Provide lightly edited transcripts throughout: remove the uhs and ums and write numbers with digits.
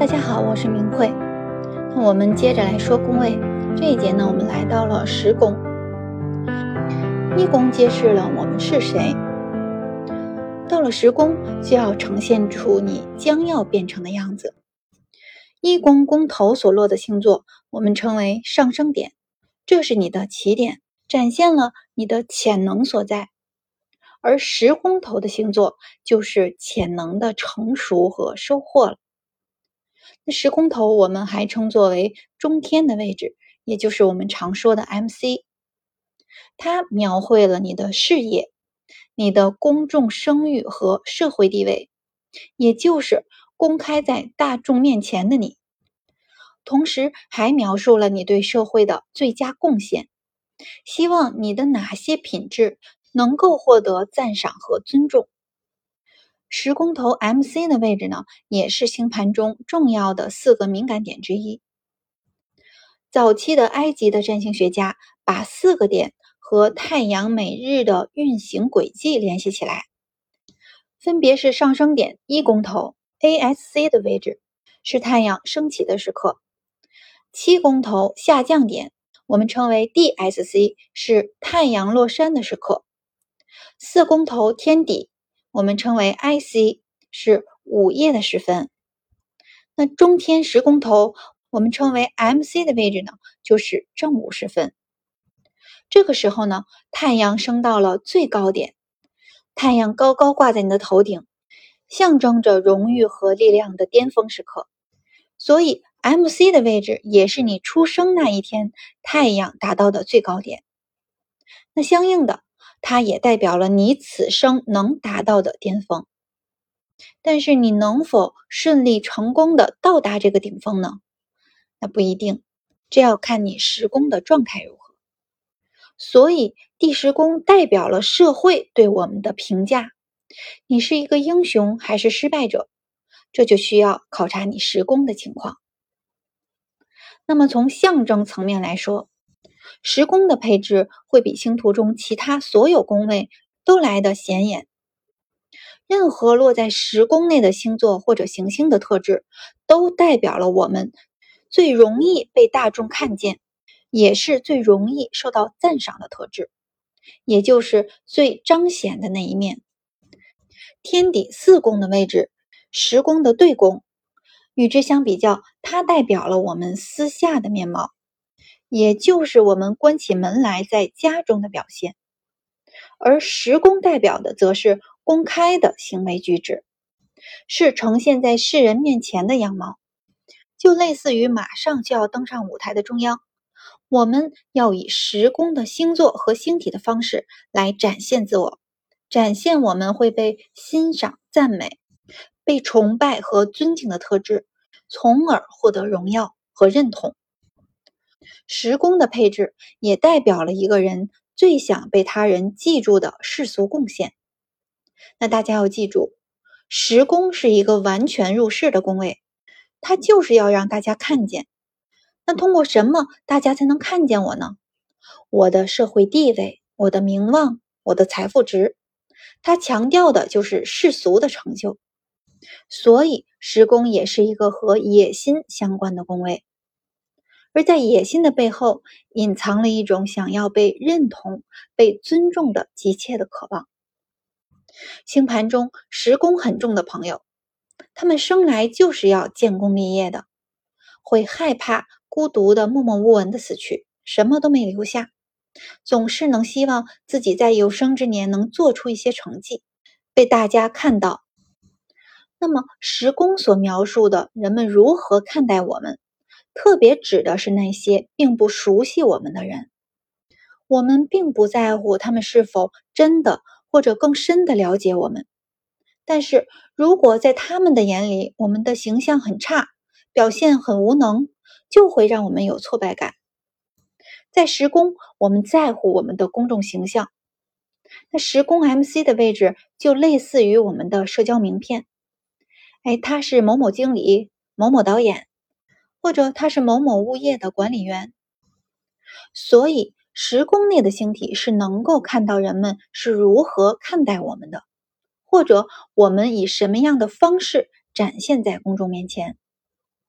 大家好，我是明慧。那我们接着来说宫位。这一节呢，我们来到了10宫。1宫揭示了我们是谁。到了10宫，就要呈现出你将要变成的样子。1宫宫头所落的星座，我们称为上升点，这是你的起点，展现了你的潜能所在。而10宫头的星座，就是潜能的成熟和收获了。那10宫头我们还称作为中天的位置，也就是我们常说的 MC。 它描绘了你的事业、你的公众声誉和社会地位，也就是公开在大众面前的你。同时还描述了你对社会的最佳贡献，希望你的哪些品质能够获得赞赏和尊重。10宫头 MC 的位置呢，也是星盘中重要的4个敏感点之一。早期的埃及的占星学家把4个点和太阳每日的运行轨迹联系起来，分别是上升点1宫头 ASC 的位置，是太阳升起的时刻；7宫头下降点我们称为 DSC， 是太阳落山的时刻；4宫头天底我们称为 IC， 是午夜的时分。那中天10宫头我们称为 MC 的位置呢，就是正午时分。这个时候呢，太阳升到了最高点，太阳高高挂在你的头顶，象征着荣誉和力量的巅峰时刻。所以 MC 的位置也是你出生那一天太阳达到的最高点。那相应的，它也代表了你此生能达到的巅峰。但是你能否顺利成功的到达这个顶峰呢？那不一定，这要看你10宫的状态如何。所以第10宫代表了社会对我们的评价，你是一个英雄还是失败者，这就需要考察你10宫的情况。那么从象征层面来说，10宫的配置会比星图中其他所有宫位都来得显眼。任何落在10宫内的星座或者行星的特质，都代表了我们最容易被大众看见，也是最容易受到赞赏的特质，也就是最彰显的那一面。天底4宫的位置，10宫的对宫，与之相比较，它代表了我们私下的面貌，也就是我们关起门来在家中的表现。而10宫代表的则是公开的行为举止，是呈现在世人面前的样貌，就类似于马上就要登上舞台的中央，我们要以10宫的星座和星体的方式来展现自我，展现我们会被欣赏、赞美、被崇拜和尊敬的特质，从而获得荣耀和认同。10宫的配置也代表了一个人最想被他人记住的世俗贡献。那大家要记住，10宫是一个完全入世的宫位，它就是要让大家看见。那通过什么大家才能看见我呢？我的社会地位，我的名望，我的财富值，它强调的就是世俗的成就。所以10宫也是一个和野心相关的宫位。而在野心的背后，隐藏了一种想要被认同、被尊重的急切的渴望。星盘中10宫很重的朋友，他们生来就是要建功立业的，会害怕孤独的默默无闻的死去，什么都没留下，总是能希望自己在有生之年能做出一些成绩，被大家看到。那么10宫所描述的人们如何看待我们，特别指的是那些并不熟悉我们的人。我们并不在乎他们是否真的或者更深的了解我们，但是如果在他们的眼里我们的形象很差，表现很无能，就会让我们有挫败感。在10宫我们在乎我们的公众形象，那10宫 MC 的位置就类似于我们的社交名片，他是某某经理、某某导演，或者他是某某物业的管理员。所以10宫内的星体是能够看到人们是如何看待我们的，或者我们以什么样的方式展现在公众面前。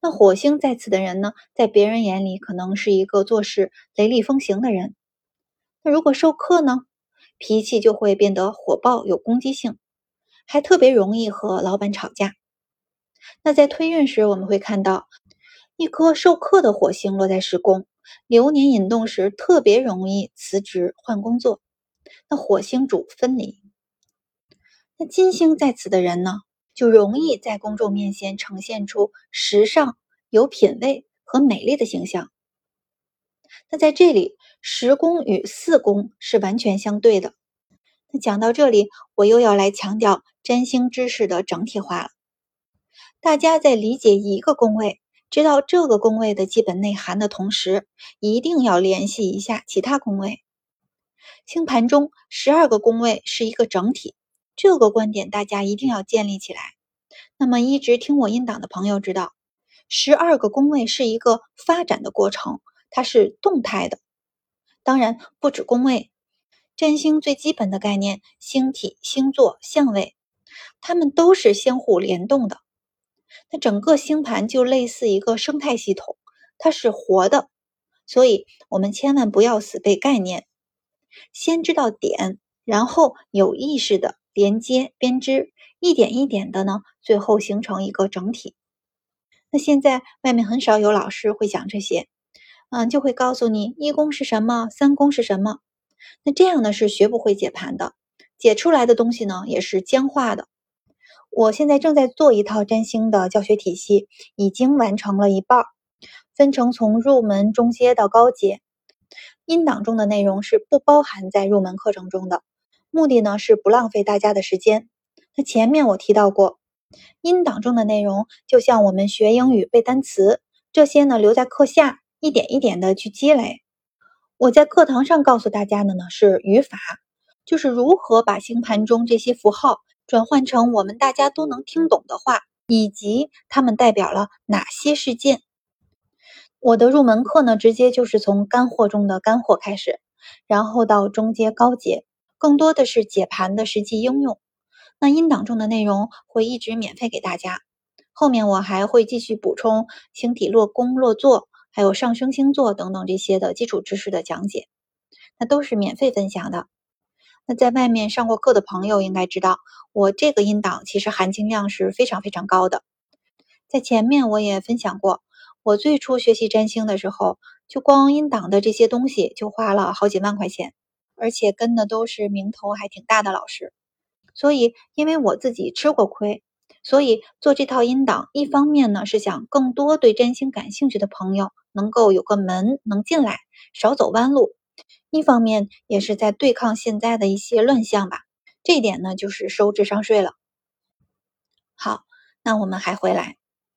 那火星在此的人呢，在别人眼里可能是一个做事雷厉风行的人。那如果授课呢，脾气就会变得火爆有攻击性，还特别容易和老板吵架。那在推运时，我们会看到一颗授课的火星落在10宫，流年引动时特别容易辞职换工作。那火星主分离。那金星在此的人呢，就容易在公众面前呈现出时尚、有品位和美丽的形象。那在这里，10宫与4宫是完全相对的。那讲到这里，我又要来强调占星知识的整体化了。大家在理解一个宫位，知道这个宫位的基本内涵的同时，一定要联系一下其他宫位。星盘中12个宫位是一个整体，这个观点大家一定要建立起来。那么一直听我音档的朋友知道，12个宫位是一个发展的过程，它是动态的。当然不止宫位，占星最基本的概念，星体、星座、相位，它们都是相互联动的。那整个星盘就类似一个生态系统，它是活的，所以我们千万不要死背概念，先知道点，然后有意识的连接编织，一点一点的呢，最后形成一个整体。那现在外面很少有老师会讲这些，就会告诉你1宫是什么，3宫是什么。那这样呢是学不会解盘的，解出来的东西呢也是僵化的。我现在正在做一套占星的教学体系，已经完成了一半，分成从入门、中阶到高阶。音档中的内容是不包含在入门课程中的，目的呢是不浪费大家的时间。那前面我提到过，音档中的内容就像我们学英语背单词，这些呢留在课下，一点一点的去积累。我在课堂上告诉大家的呢是语法，就是如何把星盘中这些符号转换成我们大家都能听懂的话，以及它们代表了哪些事件。我的入门课呢，直接就是从干货中的干货开始，然后到中阶、高阶，更多的是解盘的实际应用。那音档中的内容会一直免费给大家，后面我还会继续补充星体落宫、落座，还有上升星座等等这些的基础知识的讲解，那都是免费分享的。那在外面上过课的朋友应该知道，我这个音档其实含金量是非常非常高的。在前面我也分享过，我最初学习占星的时候，就光音档的这些东西就花了好几万块钱，而且跟的都是名头还挺大的老师。所以因为我自己吃过亏，所以做这套音档，一方面呢是想更多对占星感兴趣的朋友能够有个门能进来，少走弯路，一方面也是在对抗现在的一些乱象吧，这一点呢就是收智商税了。好，那我们还回来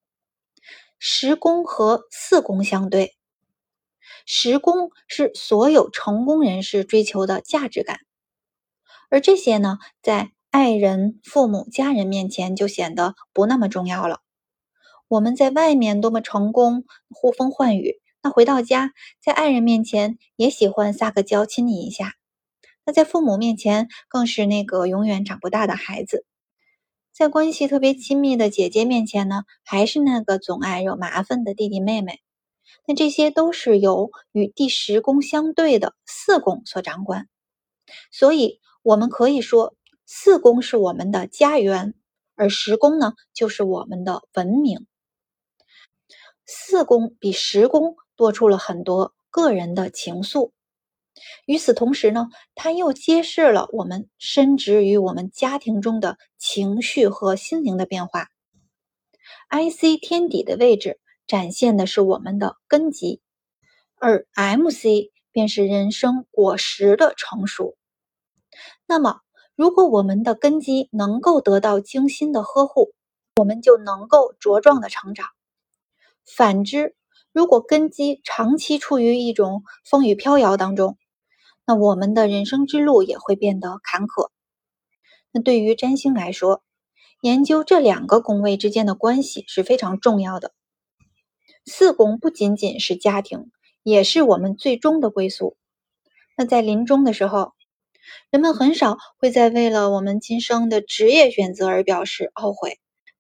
，10宫和4宫相对，10宫是所有成功人士追求的价值感，而这些呢在爱人、父母、家人面前就显得不那么重要了。我们在外面多么成功，呼风唤雨，那回到家，在爱人面前也喜欢撒个娇亲你一下，那在父母面前更是那个永远长不大的孩子，在关系特别亲密的姐姐面前呢，还是那个总爱惹麻烦的弟弟妹妹。那这些都是由与第10宫相对的4宫所掌管，所以我们可以说4宫是我们的家园，而10宫呢就是我们的文明。4宫比10宫多出了很多个人的情愫，与此同时呢，它又揭示了我们深植于我们家庭中的情绪和心灵的变化。IC 天底的位置展现的是我们的根基，而 MC 便是人生果实的成熟。那么如果我们的根基能够得到精心的呵护，我们就能够茁壮的成长。反之，如果根基长期处于一种风雨飘摇当中，那我们的人生之路也会变得坎坷。那对于占星来说，研究这2个宫位之间的关系是非常重要的。4宫不仅仅是家庭，也是我们最终的归宿。那在临终的时候，人们很少会再为了我们今生的职业选择而表示懊悔，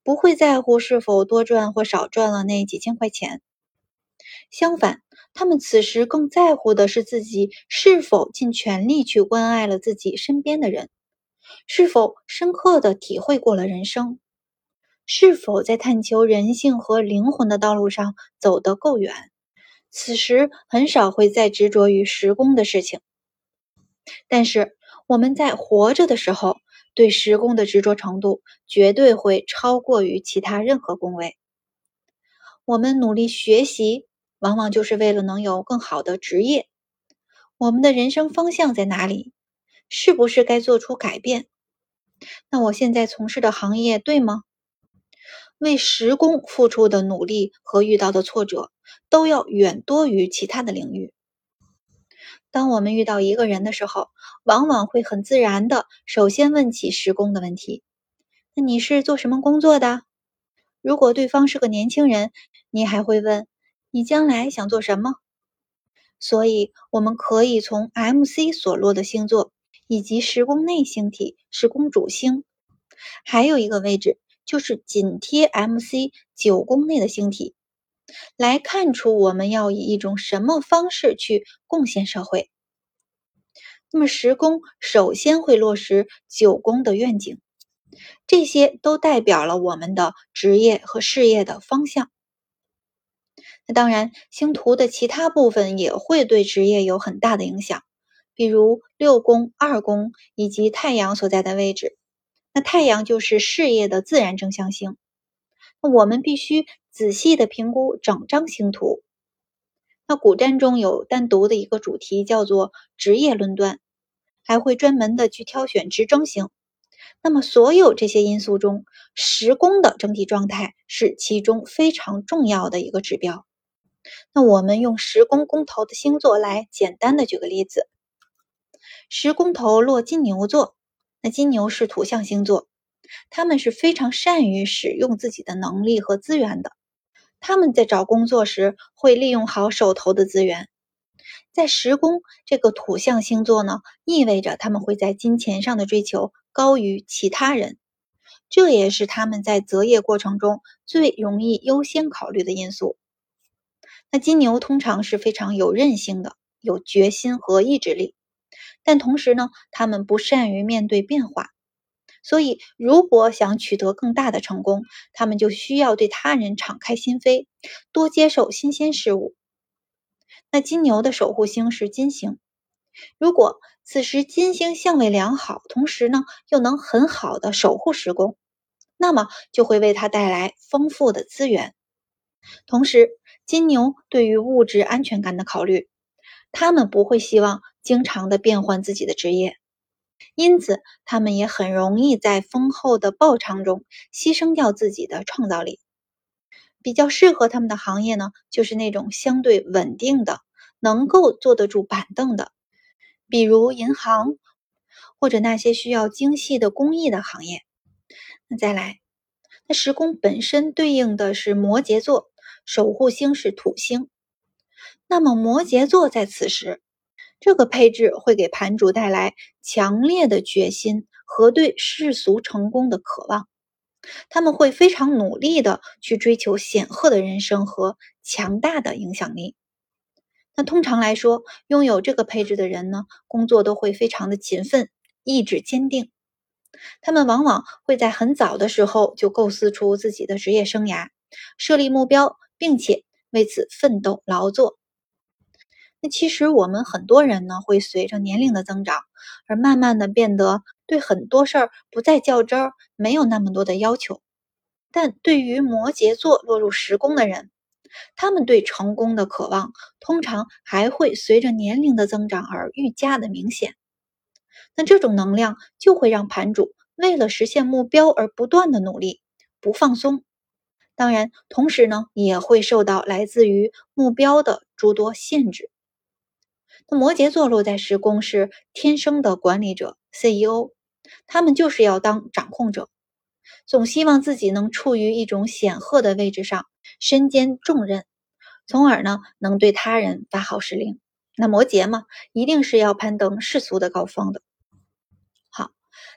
不会在乎是否多赚或少赚了那几千块钱。相反，他们此时更在乎的是自己是否尽全力去关爱了自己身边的人，是否深刻地体会过了人生，是否在探求人性和灵魂的道路上走得够远。此时很少会再执着于时工的事情。但是我们在活着的时候，对时工的执着程度绝对会超过于其他任何宫位。我们努力学习，往往就是为了能有更好的职业。我们的人生方向在哪里？是不是该做出改变？那我现在从事的行业对吗？为时工付出的努力和遇到的挫折，都要远多于其他的领域。当我们遇到一个人的时候，往往会很自然的首先问起时工的问题。那你是做什么工作的？如果对方是个年轻人，你还会问你将来想做什么？所以我们可以从 MC 所落的星座，以及时宫内星体、时宫主星，还有一个位置就是紧贴 MC 9宫内的星体，来看出我们要以一种什么方式去贡献社会。那么时宫首先会落实9宫的愿景，这些都代表了我们的职业和事业的方向。那当然，星图的其他部分也会对职业有很大的影响，比如6宫、2宫以及太阳所在的位置。那太阳就是事业的自然正向星。那我们必须仔细的评估整张星图。那古占中有单独的一个主题叫做职业论断，还会专门的去挑选职争星。那么所有这些因素中，时宫的整体状态是其中非常重要的一个指标。那我们用时宫宫头的星座来简单的举个例子。时宫头落金牛座，那金牛是土象星座，他们是非常善于使用自己的能力和资源的。他们在找工作时会利用好手头的资源。在时宫这个土象星座呢，意味着他们会在金钱上的追求高于其他人，这也是他们在择业过程中最容易优先考虑的因素。那金牛通常是非常有韧性的，有决心和意志力，但同时呢，他们不善于面对变化。所以如果想取得更大的成功，他们就需要对他人敞开心扉，多接受新鲜事物。那金牛的守护星是金星，如果此时金星相位良好，同时呢又能很好的守护时宫，那么就会为他带来丰富的资源。同时，金牛对于物质安全感的考虑，他们不会希望经常的变换自己的职业，因此他们也很容易在丰厚的报偿中牺牲掉自己的创造力。比较适合他们的行业呢，就是那种相对稳定的，能够坐得住板凳的，比如银行，或者那些需要精细的工艺的行业。那再来，那时宫本身对应的是摩羯座，守护星是土星。那么摩羯座在此时，这个配置会给盘主带来强烈的决心和对世俗成功的渴望。他们会非常努力的去追求显赫的人生和强大的影响力。那通常来说，拥有这个配置的人呢，工作都会非常的勤奋，意志坚定。他们往往会在很早的时候就构思出自己的职业生涯，设立目标，并且为此奋斗劳作。那其实我们很多人呢，会随着年龄的增长，而慢慢的变得对很多事儿不再较真儿，没有那么多的要求。但对于摩羯座落入时宫的人，他们对成功的渴望，通常还会随着年龄的增长而愈加的明显。那这种能量就会让盘主为了实现目标而不断的努力，不放松。当然，同时呢，也会受到来自于目标的诸多限制。那摩羯座落在时宫是天生的管理者 CEO， 他们就是要当掌控者，总希望自己能处于一种显赫的位置上，身兼重任，从而呢能对他人发号施令。那摩羯嘛，一定是要攀登世俗的高峰的。好，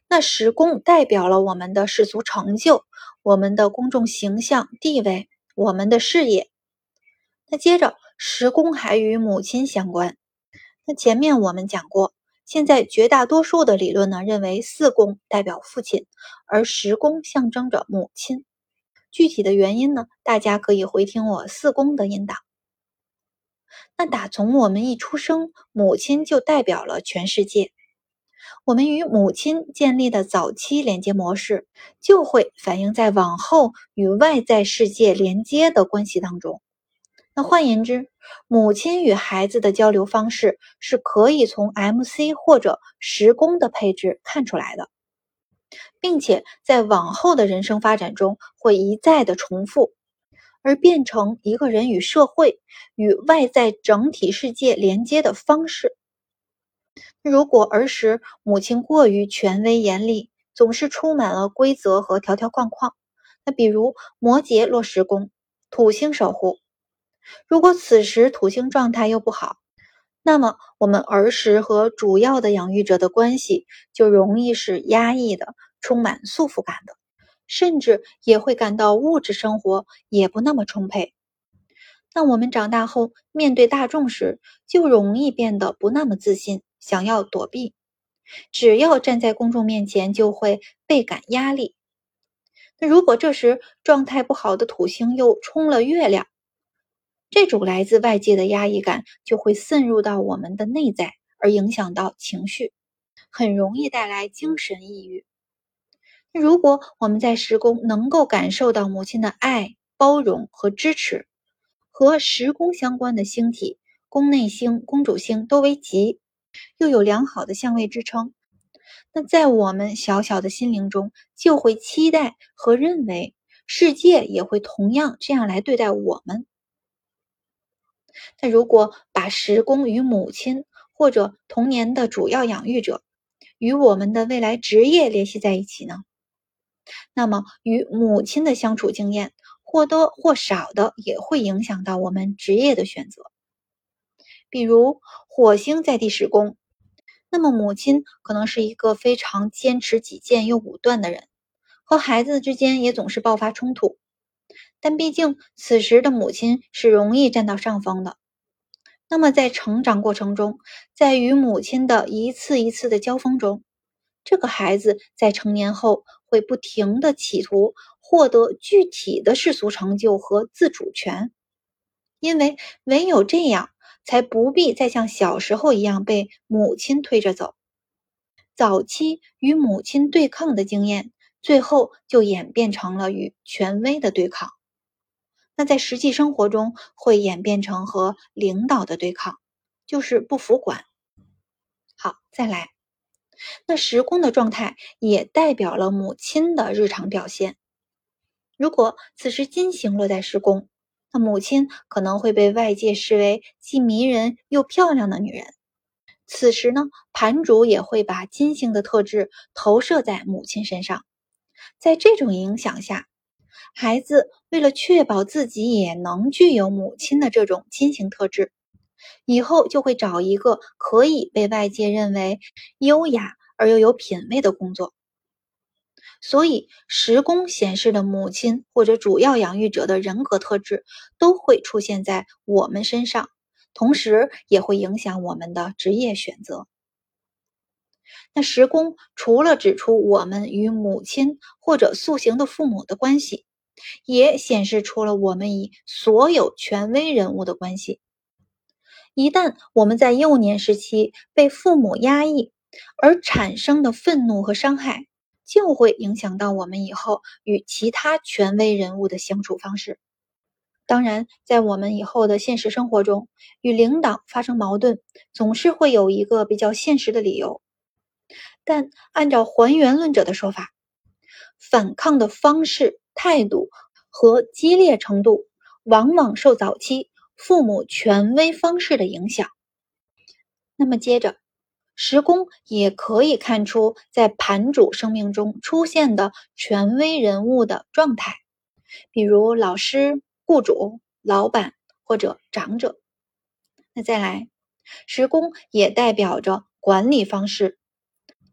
那十宫代表了我们的世俗成就，我们的公众形象、地位，我们的事业。那接着，十宫还与母亲相关。那前面我们讲过，现在绝大多数的理论呢，认为四宫代表父亲，而十宫象征着母亲。具体的原因呢，大家可以回听我四宫的音档。那打从我们一出生，母亲就代表了全世界。我们与母亲建立的早期连接模式，就会反映在往后与外在世界连接的关系当中。那换言之，母亲与孩子的交流方式是可以从 MC 或者十宫的配置看出来的，并且在往后的人生发展中会一再的重复，而变成一个人与社会、与外在整体世界连接的方式。如果儿时母亲过于权威严厉，总是充满了规则和条条框框，那比如摩羯落十宫，土星守护，如果此时土星状态又不好，那么我们儿时和主要的养育者的关系就容易是压抑的，充满束缚感的，甚至也会感到物质生活也不那么充沛。那我们长大后面对大众时，就容易变得不那么自信，想要躲避，只要站在公众面前就会倍感压力。那如果这时状态不好的土星又冲了月亮，这种来自外界的压抑感就会渗入到我们的内在，而影响到情绪，很容易带来精神抑郁。如果我们在十宫能够感受到母亲的爱、包容和支持，和十宫相关的星体宫内星、公主星都为吉，又有良好的相位支撑，那在我们小小的心灵中就会期待和认为世界也会同样这样来对待我们。那如果把十宫与母亲或者童年的主要养育者与我们的未来职业联系在一起呢？那么与母亲的相处经验或多或少的也会影响到我们职业的选择。比如火星在第十宫，那么母亲可能是一个非常坚持己见又武断的人，和孩子之间也总是爆发冲突。但毕竟此时的母亲是容易占到上风的。那么在成长过程中，在与母亲的一次一次的交锋中，这个孩子在成年后会不停地企图获得具体的世俗成就和自主权，因为唯有这样才不必再像小时候一样被母亲推着走。早期与母亲对抗的经验，最后就演变成了与权威的对抗。那在实际生活中会演变成和领导的对抗，就是不服管。好，再来。那十宫的状态也代表了母亲的日常表现。如果此时金星落在十宫，那母亲可能会被外界视为既迷人又漂亮的女人。此时呢，盘主也会把金星的特质投射在母亲身上。在这种影响下，孩子为了确保自己也能具有母亲的这种金星特质，以后就会找一个可以被外界认为优雅而又有品位的工作。所以十宫显示的母亲或者主要养育者的人格特质都会出现在我们身上，同时也会影响我们的职业选择。那十宫除了指出我们与母亲或者塑形的父母的关系，也显示出了我们与所有权威人物的关系。一旦我们在幼年时期被父母压抑而产生的愤怒和伤害，就会影响到我们以后与其他权威人物的相处方式。当然，在我们以后的现实生活中，与领导发生矛盾，总是会有一个比较现实的理由。但按照还原论者的说法，反抗的方式、态度和激烈程度，往往受早期父母权威方式的影响。那么接着，十宫也可以看出在盘主生命中出现的权威人物的状态，比如老师、雇主、老板或者长者。那再来，十宫也代表着管理方式。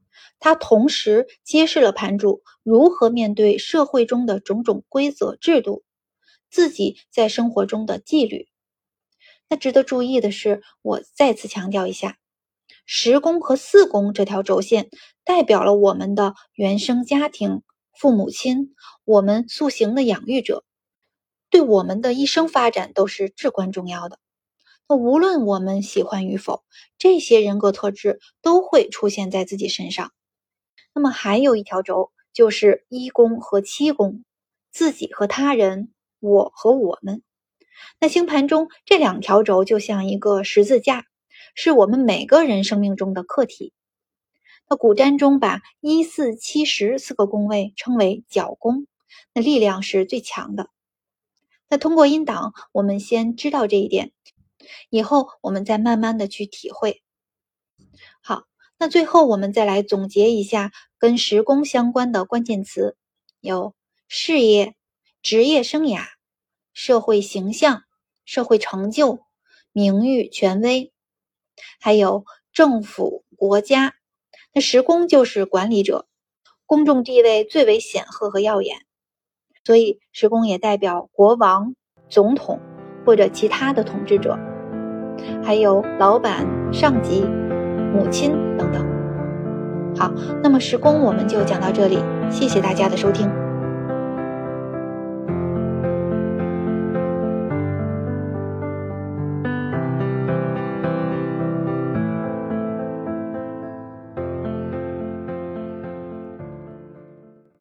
它同时揭示了盘主如何面对社会中的种种规则制度，自己在生活中的纪律。那值得注意的是，我再次强调一下，10宫和4宫这条轴线代表了我们的原生家庭、父母亲，我们塑形的养育者，对我们的一生发展都是至关重要的。那无论我们喜欢与否，这些人格特质都会出现在自己身上。那么还有一条轴，就是1宫和7宫，自己和他人，我和我们。那星盘中这2条轴就像一个十字架，是我们每个人生命中的课题。那古占中把1、4、7、104个宫位称为角宫，那力量是最强的。那通过音档，我们先知道这一点，以后我们再慢慢的去体会。好，那最后我们再来总结一下跟10宫相关的关键词，有事业、职业生涯、社会形象、社会成就、名誉权威，还有政府国家。那10宫就是管理者，公众地位最为显赫和耀眼，所以10宫也代表国王、总统或者其他的统治者，还有老板、上级、母亲等等。好，那么10宫我们就讲到这里，谢谢大家的收听。